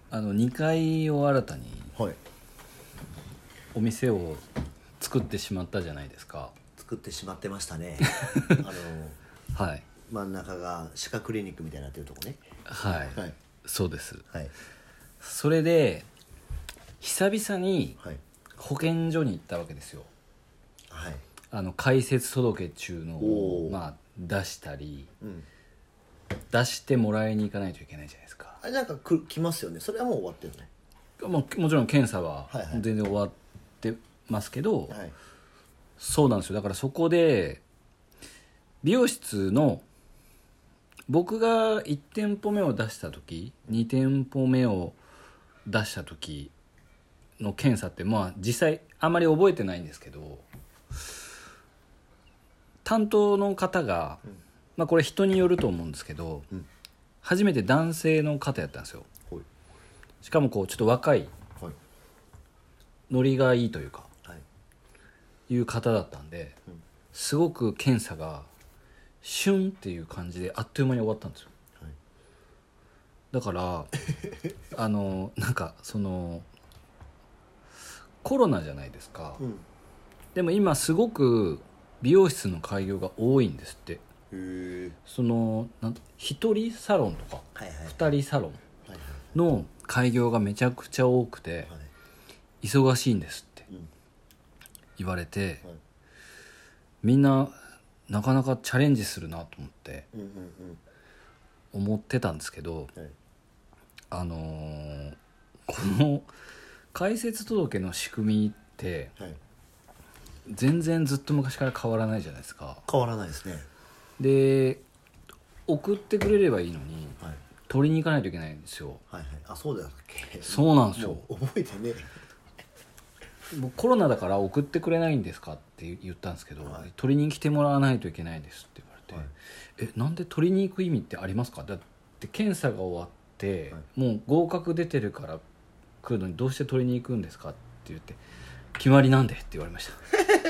2階を新たにはいお店を作ってしまったじゃないですか。 作ってしまってましたねはい、 真ん中が歯科クリニックみたいになってるとこね。 はい、 はい。 そうです。 はいそれで久々にはい保健所に行ったわけですよ。 はい。 開設届っちゅうのおー、 を出したりうん出してもらいに行かないといけないじゃないですか。 あれなんか来ますよね。それはもう終わってるね。 もちろん検査ははいはい全然終わってますけど、 はいそうなんですよ。だからそこで美容室の僕が1店舗目を出した時2店舗目を出した時の検査って実際あんまり覚えてないんですけど、担当の方が、これ人によると思うんですけど、 うん初めて男性の方やったんですよ。 はいしかもちょっと若いはいノリがいいというかはいいう方だったんで、 うんすごく検査がシュンっていう感じであっという間に終わったんですよ。 はいだからなんかコロナじゃないですか、 うんでも今すごく美容室の開業が多いんですって。 へえ 1人サロンとかはいはい 2人サロンはいはいの開業がめちゃくちゃ多くてはい忙しいんですってうん言われて、 はいみんななかなかチャレンジするなと思ってうんうん思ってたんですけど、 うんはいこの開設届の仕組みってはい全然ずっと昔から変わらないじゃないですか。 変わらないですね。 で送ってくれればいいのにはい取りに行かないといけないんですよ。 はいはいあそうだっけ。 そうなんですよ。 もう覚えてね。 もうコロナだから送ってくれないんですかって言ったんですけど、 はい取りに来てもらわないといけないですって言われて、 はいなんで取りに行く意味ってありますか。だって検査が終わって、 はもう合格出てるから来るのにどうして取りに行くんですかって言って、決まりなんでって言われました。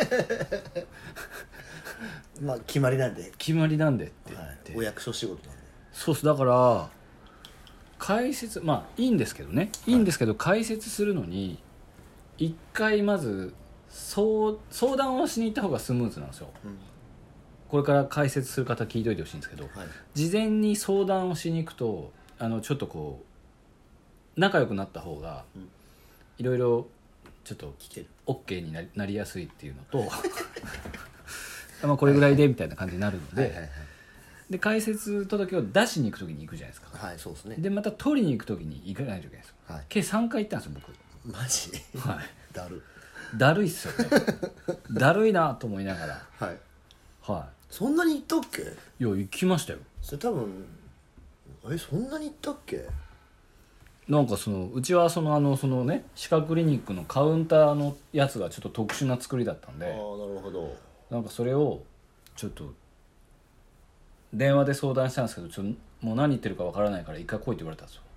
まあ決まりなんで、 決まりなんでって言はって、 い、お役所仕事なんで。 そうっす。だから解説いいんですけどね、いいんですけど、解説するのに一回まず相談をしに行った方がスムーズなんですよ。 うんこれから解説する方聞いといてほしいんですけど、 はい事前に相談をしに行くとちょっとこう仲良くなった方がうんいろいろちょっと聞ける。 OK になりやすいっていうのとこれぐらいでみたいな感じになるので、 はいはいはいで解説届を出しに行く時に行くじゃないですか。 はいそうですね。 でまた取りに行く時に行かないといけないんですよ。 はい計3回行ったんですよマジ僕。はい。 だる。 だるいっすよね。だるいなと思いながら、 はいはそんなに行ったっけ。 い。いや行きましたよ。 それ多分そんなに行ったっけ。 なんかうちはそのね歯科クリニックのカウンターのやつがちょっと特殊な作りだったんで、 ああなるほど。 なんかそれをちょっと電話で相談したんですけど、もう何言ってるかわからないから一回来いって言われたんですよ。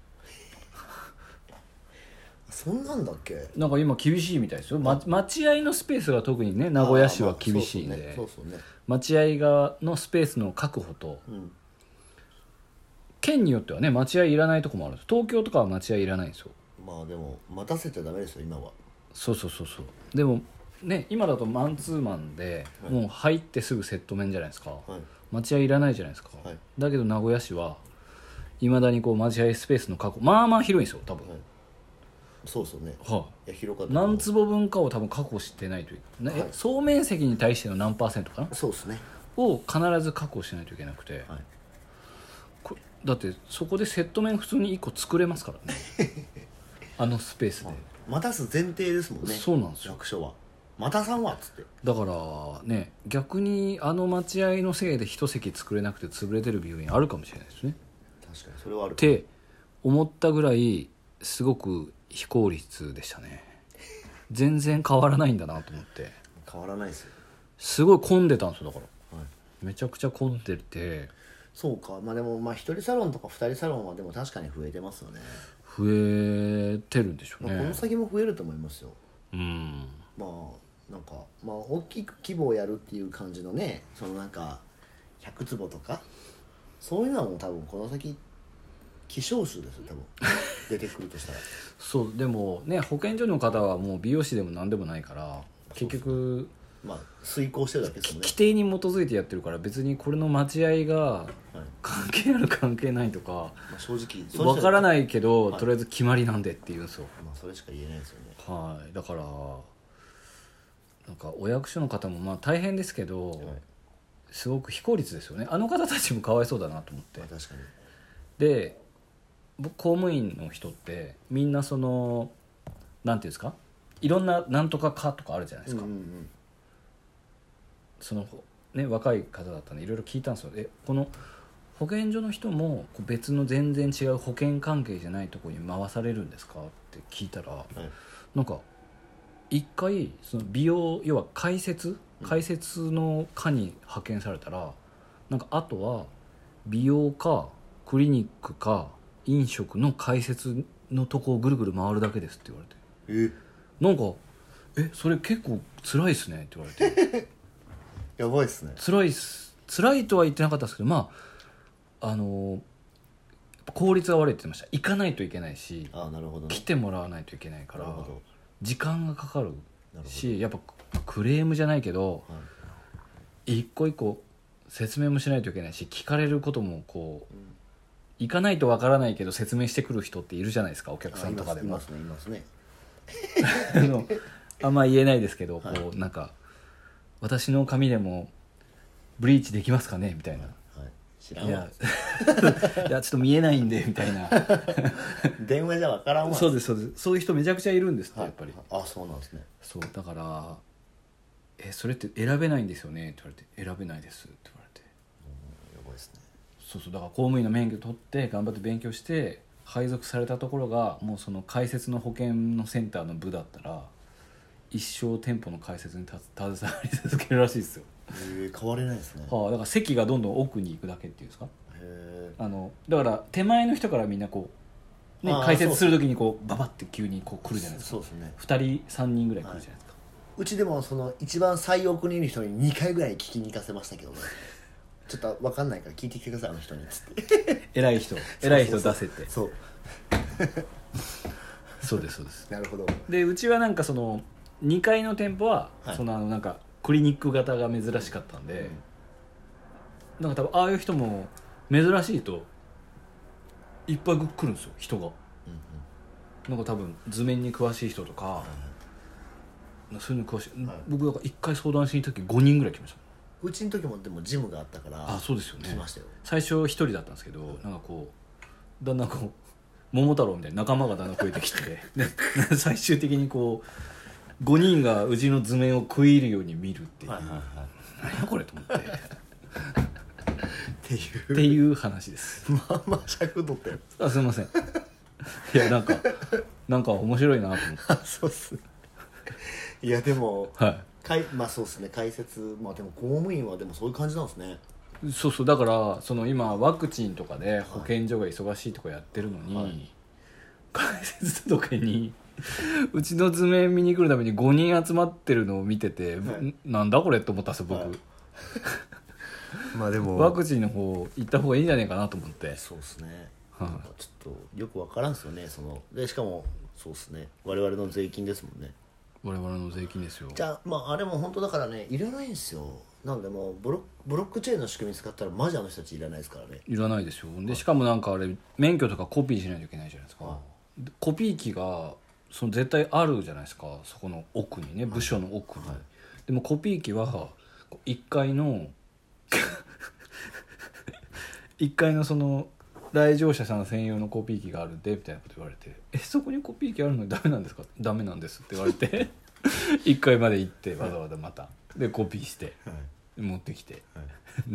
そんなんだっけ。 なんか今厳しいみたいですよ。待合のスペースが特にね名古屋市は厳しいんで、 あーまあそうそうね待合のスペースの確保と、 そうそうね。 県によってはね待合いらないとこもあるんです。東京とかは待合いらないんですよ。 まあでも待たせちゃダメですよ今は。 そうでもね今だとマンツーマンで、 はいもう入ってすぐセット面じゃないですか。 はい待合いらないじゃないですか、 はいだけど名古屋市はいまだにこう待合スペースの確保まあ広いんですよ多分。 はいそうそうね。 はいや広かった何坪分かを多分確保してないといけない、 はい総面積に対しての何パーセントかなそうですね。 を必ず確保しないといけなくて、 はいだってそこでセット面普通に1個作れますからねスペースで、 待たす前提ですもんね。 そうなんですよ。 役所は待たさんわっつって。 だからね逆に待合のせいで一席作れなくて潰れてる病院あるかもしれないですね確かにそれはある。 って思ったぐらいすごく非効率でしたね。全然変わらないんだなと思って、 変わらないですよ。 すごい混んでたんですよ。だからはいめちゃくちゃ混んでて、 そうか。まあでも1人サロンとか2人サロンはでも確かに増えてますよね。 増えてるんでしょうまあ、このね。 先も増えると思いますよ。 うんまあなんか大きく規模をやるっていう感じのね、なんか100坪とかそういうのはもう多分この先希少種ですよ多分出てくるとしたらそうでもね保健所の方はもう美容師でも何でもないから結局まあ遂行してるだけですもんね。 規定に基づいてやってるから別にこれの待合がはい関係ある関係ないとかまあ、正直わからい、 ないけど、 はいとりあえず決まりなんでって言うんですよ。 まあ、それしか言えないですよね。 はいだからなんかお役所の方もまあ大変ですけど、 はい、 すごく非効率ですよね。あの方たちもかわいそうだなと思ってまあ、確かに。 で僕公務員の人ってみんなそのなんていうんですかいろんななんとか課とかあるじゃないですか、 うんうんうん、 そのね若い方だったんでいろいろ聞いたんですよ。この保健所の人もこう別の全然違う保険関係じゃないところに回されるんですかって聞いたら、 はい、 なんか一回その美容要は解説の科に派遣されたらなんかあとは美容かクリニックか飲食の解説のとこをぐるぐる回るだけですって言われてなんかそれ結構辛いっすねって言われてやばいっすね。 辛いとは言ってなかったですけどまあ効率が悪いって言ってました。行かないといけないしああなるほど、ね、 来てもらわないといけないからなるほど時間がかかるなるほどしやっぱクレームじゃないけど、 はい、 一個一個説明もしないといけないし聞かれることもこう、 うん、 行かないとわからないけど説明してくる人っているじゃないですかお客さんとかでもいますねいますねあんま言えないですけど、 はい、 こうなんか私の髪でもブリーチできますかねみたいな、 はい、知らんいわやいやちょっと見えないんでみたいな電話じゃ分からんわ。 そうですそういう人めちゃくちゃいるんですって、 はい、 やっぱりあそうなんですね。 そうだからそれって選べないんですよねって言われて選べないですって言われてやばいですね。 そうだから公務員の免許取って頑張って勉強して配属されたところがもうその開設の保険のセンターの部だったら一生店舗の開設に携わり続けるらしいですよ。 変われないですね。 だから席がどんどん奥に行くだけっていうんですか。 へだから手前の人からみんなこう、ね、解説する時にこうババって急にこう来るじゃないですか。 そうですね。 2人3人ぐらい来るじゃないですか、はい、 うちでもその一番最奥にいる人に2回ぐらい聞きに行かせましたけどねちょっと分かんないから聞いてきてくださいあの人にっつって偉い人出せてそうそうですそうです。 なるほど。 でうちはなんかその2階の店舗は、 はい、 そのなんかクリニック型が珍しかったんで、うん、なんか多分ああいう人も珍しいといっぱい来るんですよ人が、うんうん、なんか多分図面に詳しい人とか、はい、そういうの詳しい、はい、僕だから1回相談しに行った時5人ぐらい来ました。 うちの時もでもジムがあったからそうですよね。 来ましたよ。 最初1人だったんですけど、なんかこうだんだんこう桃太郎みたいな仲間がだんだん増えてきてで最終的にこう5人がうちの図面を食い入るように見るっていう、はいはいはい、何やこれと思ってっていう話です。 まあまあ尺取ってる。 すいません。いやなんか面白いなと思ってそうっす。いやでも、 はい、 まあそうですね解説まあでも公務員はでもそういう感じなんですね。 そうだからその今ワクチンとかで保健所が忙しいとかやってるのに、はい、解説届にうちの図面見に来るために5人集まってるのを見てて、はい、なんだこれと思ったんですよ僕、はい、まあでもワクチンの方行った方がいいんじゃないかなと思って。 そうですね、はい、ちょっとよく分からんすよねでしかもそうですね我々の税金ですもんね。 我々の税金ですよ。 じゃあまああれも本当だからねいらないんですよ。なのでもうブロックチェーンの仕組み使ったらマジあの人たちいらないですからね。 いらないですよ。でしかもなんかあれ免許とかコピーしないといけないじゃないですか。コピー機がその絶対あるじゃないですかそこの奥にね部署の奥に、はい、でもコピー機は1階の1階のその来場者さん専用のコピー機があるんでみたいなこと言われてそこにコピー機あるのにダメなんですか。ダメなんですって言われて1階まで行ってわざわざまたでコピーして、はい、持ってきて、はい、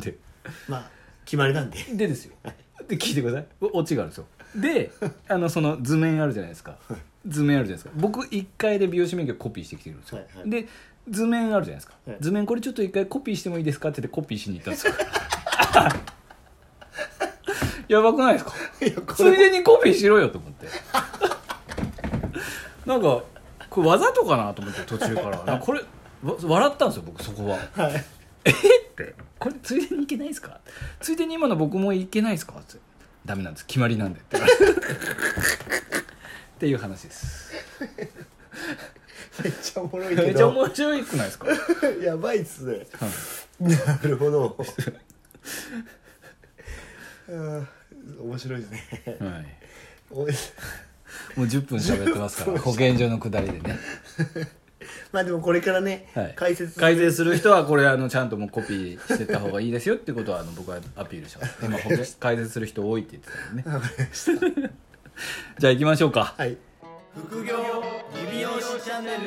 でまあ決まりなんでですよ。で聞いてくださいオチがあるんですよ。でその図面あるじゃないですか図面あるじゃないですか。僕1回で美容師免許コピーしてきてるんですよ、はいはい、で図面あるじゃないですか、はい、図面これちょっと1回コピーしてもいいですかって言ってコピーしに行ったんですよやばくないですか。ついでにコピーしろよと思ってなんかこれわざとかなと思って途中からこれ笑ったんですよ僕そこは、はい、ってこれついでにいけないですか。ついでに今の僕もいけないですかってダメなんです、決まりなんでって言われてっていう話です。 めっちゃおもろいけどめっちゃ面白くないですかやばいっすね、なるほど面白いですね、 はい、 おもう10分喋ってますから保健所の下りでねまあでもこれからね、 はい、 解説する人はこれちゃんともうコピーしてった方がいいですよってことは僕はアピールします。今解説する人多いって言ってたんでねわかりましたじゃあ行きましょうか。 はい、副業リビオシチャンネル。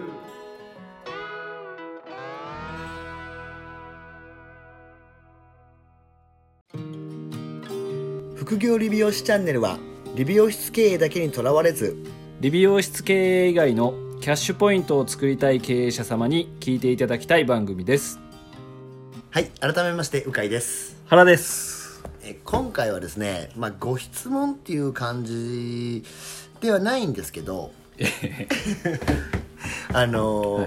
副業理美容師チャンネルは理美容室経営だけにとらわれず、 理美容室経営以外のキャッシュポイントを作りたい経営者様に聞いていただきたい番組です。 はい、改めましてうかいです。 原です。 今回はですね、ご質問っていう感じではないんですけどはい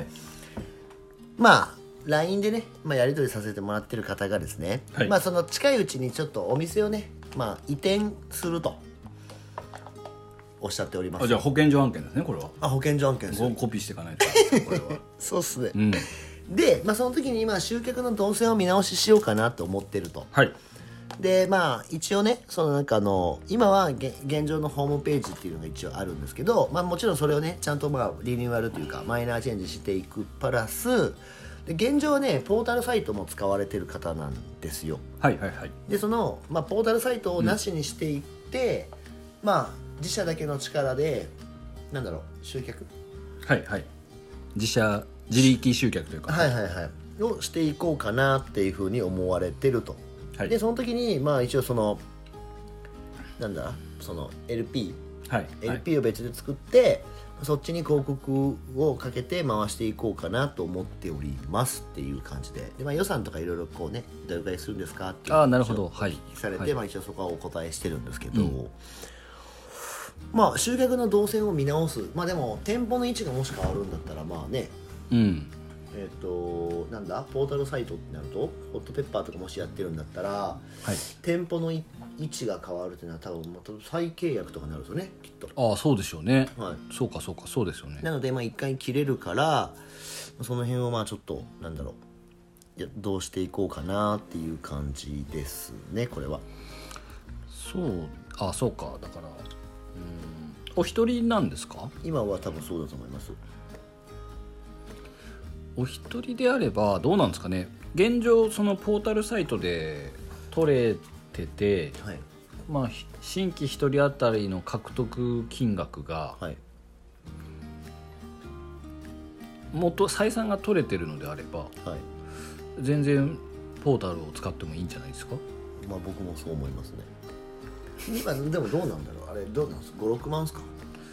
、LINE でね、やり取りさせてもらってる方がですね、はい、その近いうちにちょっとお店をね、移転するとおっしゃっております。 じゃあ保健所案件ですね、これは。 保健所案件ですよ。 コピーしていかないとこれはそうっすね、で、その時に集客の動線を見直ししようかなと思ってると。 はい。 で一応ね、その今は現状のホームページっていうのが一応あるんですけど、もちろんそれをねちゃんとリニューアルというかマイナーチェンジしていくプラスで、現状はねポータルサイトも使われてる方なんですよ。 はいはいはい。 でその、ポータルサイトをなしにしていって、自社だけの力で集客、 はいはい、自力集客というか、 はいはいはい、をしていこうかなっていうふうに思われてると。はい、でその時に一応そのLP、はい、LP を別で作って、そっちに広告をかけて回していこうかなと思っておりますっていう感じで、予算とかいろいろこうねどれくらいするんですかってなるほど、はい、 されて、一応そこはお答えしてるんですけど、集客の動線を見直す、でも店舗の位置がもし変わるんだったらポータルサイトってなるとホットペッパーとかもしやってるんだったら、はい、店舗の位置が変わるっていうのは多分再契約とかになるんですよね、きっと。 そうでしょうね、 はい、 そうですよね。 なので一回切れるから、その辺をちょっとどうしていこうかなっていう感じですね、これは。 そうか、だからお一人なんですか？ 今は多分そうだと思います。 お一人であればどうなんですかね。現状そのポータルサイトで取れてて、はい、新規一人当たりの獲得金額が、はい、採算が取れてるのであれば、はい、全然ポータルを使ってもいいんじゃないですか。 僕もそう思いますね。今でもどうなんだろう、あれどうなんですか、5、6万ですか。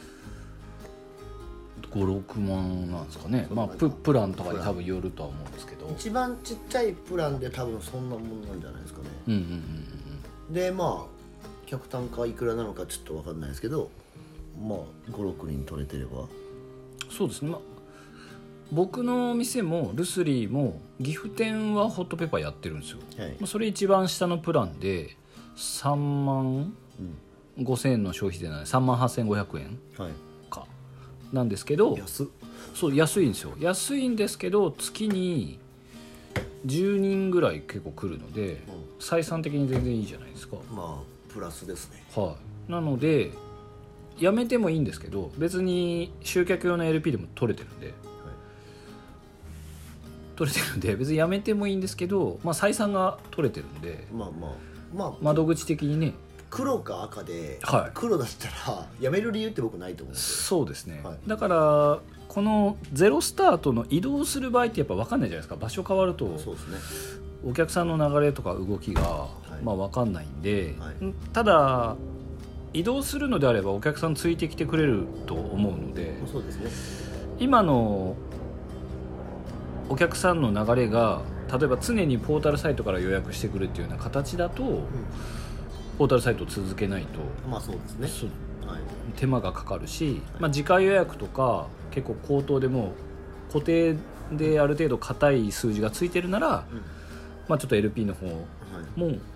5、6万なんですかね。プランとかに多分よるとは思うんですけど、 一番ちっちゃいプランで多分そんなもんなんじゃないですかね。で客単価いくらなのかちょっと分かんないですけど、5、6人取れてれば。 そうですね。僕の店もルスリーも岐阜店はホットペッパーやってるんですよ、はい、それ一番下のプランで3万5,000円の消費税なので3万8,500円かなんですけど、安いんですよ。安いんですけど月に10人ぐらい結構来るので、採算的に全然いいじゃないですか。 プラスですね。 はい、なのでやめてもいいんですけど、別に集客用の LP でも取れてるんで、別にやめてもいいんですけど、採算が取れてるんで、窓口的にね、 黒か赤で、黒だったらやめる理由って僕ないと思うんですよ。そうですね、だからこのゼロスタートの移動する場合ってやっぱ分かんないじゃないですか。場所変わるとお客さんの流れとか動きが分かんないんで、ただ移動するのであればお客さんついてきてくれると思うので、今のお客さんの流れが例えば常にポータルサイトから予約してくるっていうような形だと、ポータルサイトを続けないと、手間がかかるし、時間予約とか結構口頭でも固定である程度硬い数字がついてるなら、ちょっと LP の方も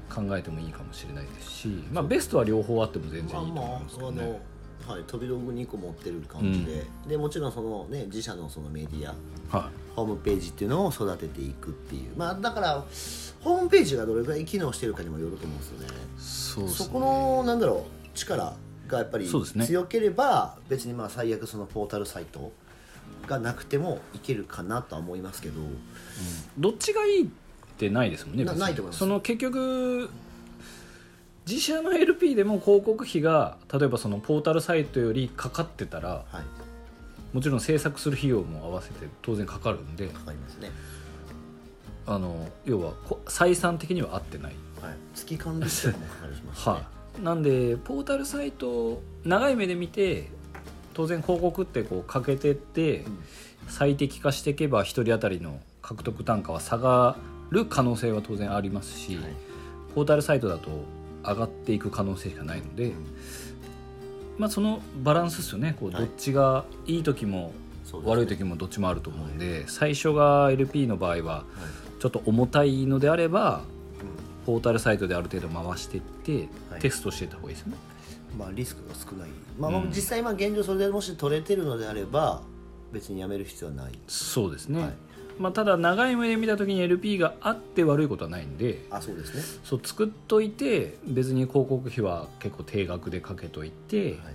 考えてもいいかもしれないですし、まあ、ベストは両方あっても全然いいと思いますけどね。 はい、飛び道具2個持ってる感じで、でもちろんその、ね、自社のそのメディア、 はい、 ホームページっていうのを育てていくっていう、まあ、だからホームページがどれぐらい機能してるかにもよると思うんですよね。 そうですね。 そこのなんだろう力がやっぱり強ければ、別にまあ最悪そのポータルサイトがなくてもいけるかなとは思いますけど、 どっちがいいってないですもんね。 ないと思います。 その結局自社の LP でも広告費が例えばそのポータルサイトよりかかってたら、はい、もちろん制作する費用も合わせて当然かかるんで、 かかりますね。 要は採算的には合ってない、 はい、月間でしてもかかりますね。 はい、なんでポータルサイト長い目で見て当然広告ってこうかけてって、最適化していけば1人当たりの獲得単価は下がる可能性は当然ありますし、はい、ポータルサイトだと上がっていく可能性しかないので、まあ、そのバランスですよね。こうどっちがいい時も悪い時もどっちもあると思うんで、最初が LP の場合はちょっと重たいのであれば、ポータルサイトである程度回していってテストしていった方がいいですよね。 まあ、リスクが少ない、まあ、実際現状それでもし取れてるのであれば別にやめる必要はない。 そうですね、はい、まあ、ただ長い目で見た時に LP があって悪いことはないんで、 そうですね。 そう作っといて別に広告費は結構定額でかけといて、はい、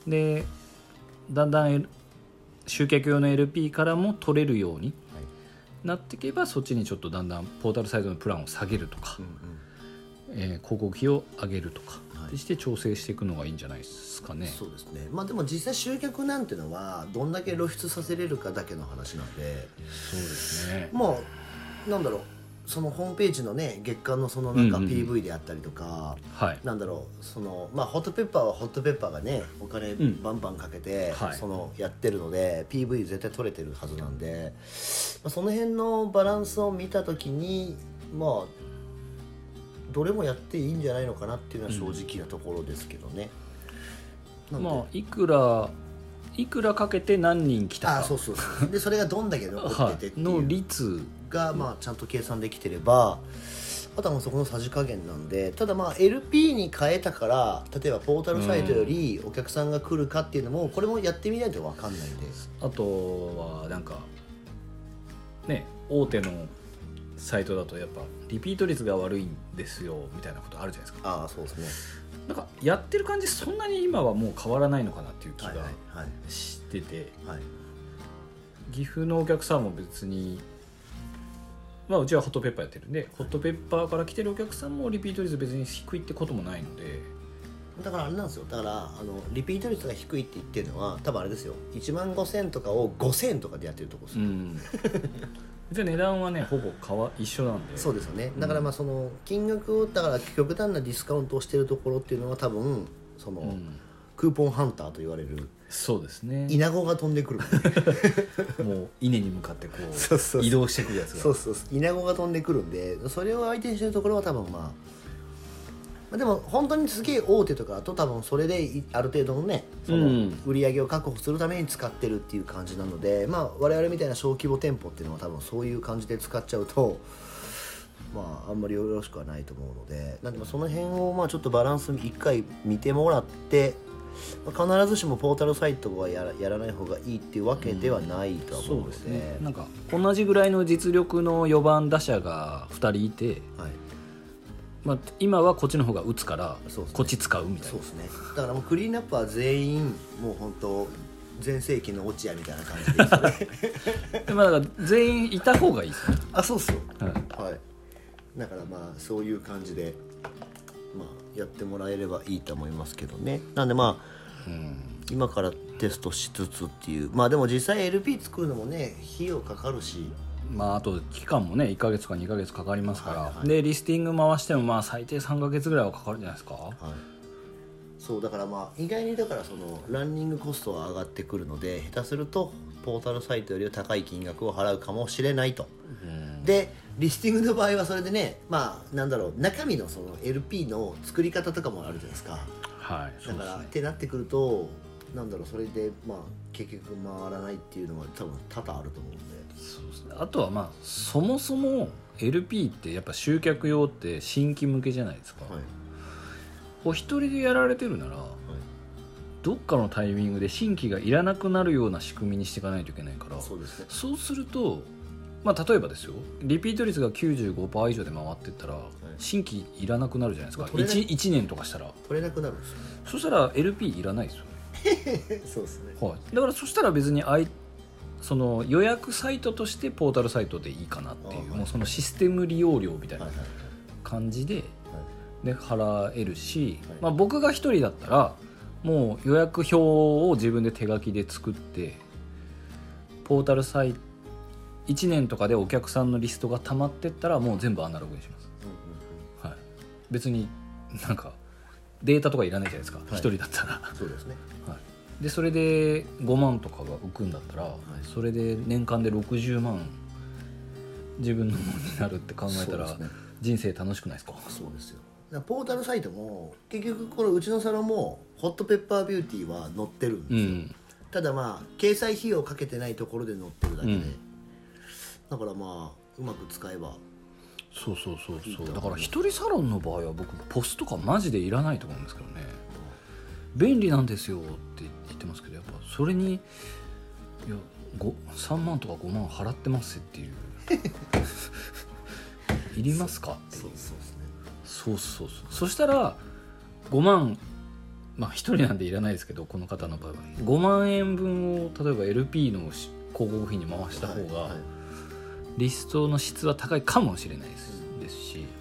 でだんだん集客用の LP からも取れるようになっていけば、そっちにちょっとだんだんポータルサイトのプランを下げるとか、広告費を上げるとかして調整していくのがいいんじゃないですかね。 そうですね。まあでも実際集客なんてのはどんだけ露出させれるかだけの話なんで、 そうですね。 もうなんだろう、そのホームページのね月間のそのなんか PV であったりとか、なんだろう、そのまあホットペッパーはホットペッパーがねお金バンバンかけて、そのやってるので PV 絶対取れてるはずなんで、まあ、その辺のバランスを見た時にまあどれもやっていいんじゃないのかなっていうのは正直なところですけどね。 まあいくらかけて何人来たか、 そうでそれがどんだけ残っててっていうの率がまあちゃんと計算できてれば、あとはもうそこのさじ加減なんで、ただまあ LP に変えたから例えばポータルサイトよりお客さんが来るかっていうのもこれもやってみないと分かんないんで、 あとはなんかね大手のサイトだとやっぱリピート率が悪いんですよみたいなことあるじゃないですか。 そうですね。 なんかやってる感じそんなに今はもう変わらないのかなっていう気がしてて、岐阜のお客さんも別に、まあ、うちはホットペッパーやってるんで、ホットペッパーから来てるお客さんもリピート率別に低いってこともないので、 だからあれなんですよ。だからリピート率が低いって言ってるのは多分あれですよ、1万5000とかを5000とかでやってるとこですよ、 じゃあ値段はねほぼ一緒なんで。 そうですよね。だからまあその金額をだから極端なディスカウントをしているところっていうのは多分その、クーポンハンターと言われる、 そうですね、 イナゴが飛んでくるもう稲に向かってこう移動してくるやつがイナゴが飛んでくるんで、それを相手にしてるところは多分まあでも本当にすげえ大手とかだと多分それである程度のねその売り上げを確保するために使ってるっていう感じなので、まあ我々みたいな小規模店舗っていうのは多分そういう感じで使っちゃうとまああんまりよろしくはないと思うので、なんでその辺をまあちょっとバランス一回見てもらって、必ずしもポータルサイトはやらない方がいいっていうわけではないと思うので、 そうですね。なんか同じぐらいの実力の4番打者が2人いて、まあ、今はこっちの方が打つから、こっち使うみたいな。 そうですね。だからもうクリーンアップは全員もう本当全盛期の落合みたいな感じでいいですね。 まあだから全員いた方がいいですね。 そうっすよ。だからまあそういう感じで、まあ、やってもらえればいいと思いますけどね。なんでまあ、今からテストしつつっていう、まあでも実際 LP 作るのもね費用かかるし、 まあ、あと期間もね1ヶ月か2ヶ月かかりますから、でリスティング回してもまあ最低3ヶ月ぐらいはかかるんじゃないですか。 そうだからまあ意外にだからそのランニングコストは上がってくるので、下手するとポータルサイトより高い金額を払うかもしれないと。でリスティングの場合はそれでね、まあなんだろう、中身のその LP の作り方とかもあるじゃないですか。だからってなってくるとなんだろう、それでまあ結局回らないっていうのは多分多々あると思うんで。 そうですね。あとはまあそもそも LP ってやっぱ集客用って新規向けじゃないですか、 はいお一人でやられてるなら、どっかのタイミングで新規がいらなくなるような仕組みにしていかないといけないから、 そうですね。 そうすると、まあ、例えばですよ、リピート率が 95% 以上で回っていったら、新規いらなくなるじゃないですか、1年とかしたら。 取れなくなるんですよね。 そしたら LP いらないですよねそうですね。 はい、だからそしたら別にその予約サイトとしてポータルサイトでいいかなっていう、もうそのシステム利用料みたいな感じで、で払えるし、まあ、僕が一人だったらもう予約表を自分で手書きで作って、ポータルサイト1年とかでお客さんのリストが溜まってったらもう全部アナログにします、はい、別になんかデータとかいらないじゃないですか、一人だったら。 そうですね。 はい、でそれで5万とかが浮くんだったら、それで年間で60万自分のものになるって考えたら、人生楽しくないですか？ そうですよ。ポータルサイトも結局このうちのサロンもホットペッパービューティーは載ってるんですよ、ただまあ掲載費用かけてないところで載ってるだけで、だからまあうまく使えば。 そうだから一人サロンの場合は僕ポスとかマジでいらないと思うんですけどね、便利なんですよって言ってますけど、やっぱそれにいや3万とか5万払ってますっていういりますかっていう。そしたら5万、まあ1人なんでいらないですけど、この方の場合は5万円分を例えば LP の広告費に回した方がリストの質は高いかもしれないですし、や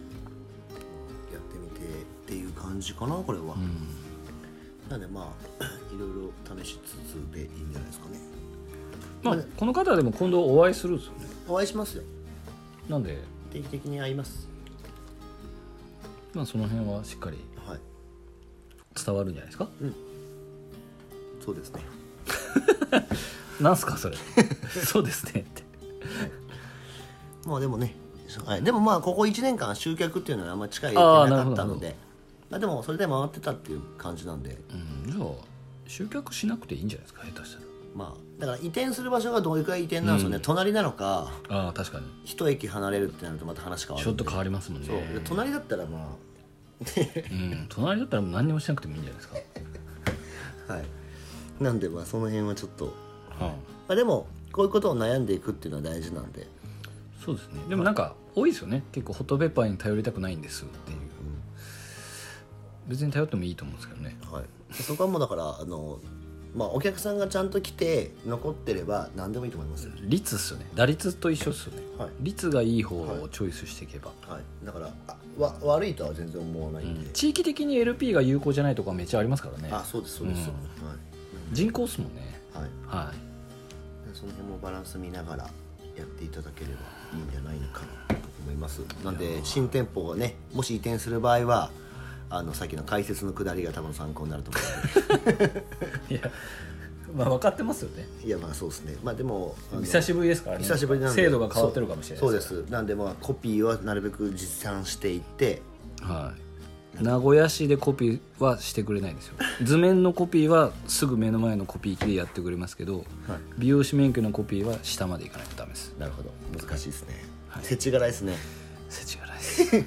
ってみてっていう感じかなこれは、なんでまあいろいろ試しつつでいいんじゃないですかね。 まあこの方でも今度お会いするんですよね。 お会いしますよ。 なんで定期的に会います。 まあその辺はしっかり伝わるんじゃないですか。 そうですねなんすかそれそうですねってまあでもね、でもまあここ1年間集客っていうのはあんま力入れてなかったので、まあ、でもそれで回ってたっていう感じなんで、 じゃあ集客しなくていいんじゃないですか、下手したら。 まあだから移転する場所がどれくらい移転なんですよね、隣なのか、 確かに一駅離れるってなるとまた話変わるんで、 ちょっと変わりますもんね。 そうで隣だったらま隣だったら何にもしなくてもいいんじゃないですかはい、なんでまあその辺はちょっと、まあ、でもこういうことを悩んでいくっていうのは大事なんで。 そうですね。でもなんか多いですよね、結構ホットペッパーに頼りたくないんですっていう、別に頼ってもいいと思うんですけどね、 そこはもうだからまあ、お客さんがちゃんと来て残ってれば何でもいいと思いますよ。 率っすよね、打率と一緒っすよね、率がいい方をチョイスしていけば、 だから悪いとは全然思わないんで、 地域的に LP が有効じゃないとこはめっちゃありますからね。 そうですそうです、 人口っすもんね。 その辺もバランス見ながらやっていただければいいんじゃないのかなと思います。なんで新店舗がねもし移転する場合はさっきの解説のくだりが多分参考になると思うのでいやまあ分かってますよね。 いやまあそうですね。まあでも久しぶりですからね。 久しぶりなんで制度が変わってるかもしれないそうです。なんでまあコピーはなるべく実践していって、 名古屋市でコピーはしてくれないですよ。図面のコピーはすぐ目の前のコピー機でやってくれますけど、美容師免許のコピーは下まで行かないとダメです。 なるほど、難しいですね。世知辛いですね。 世知辛いです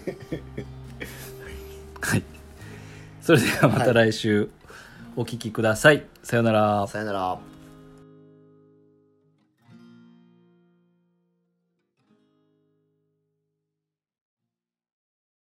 はい、それではまた来週お聞きください。さよなら。 さよなら。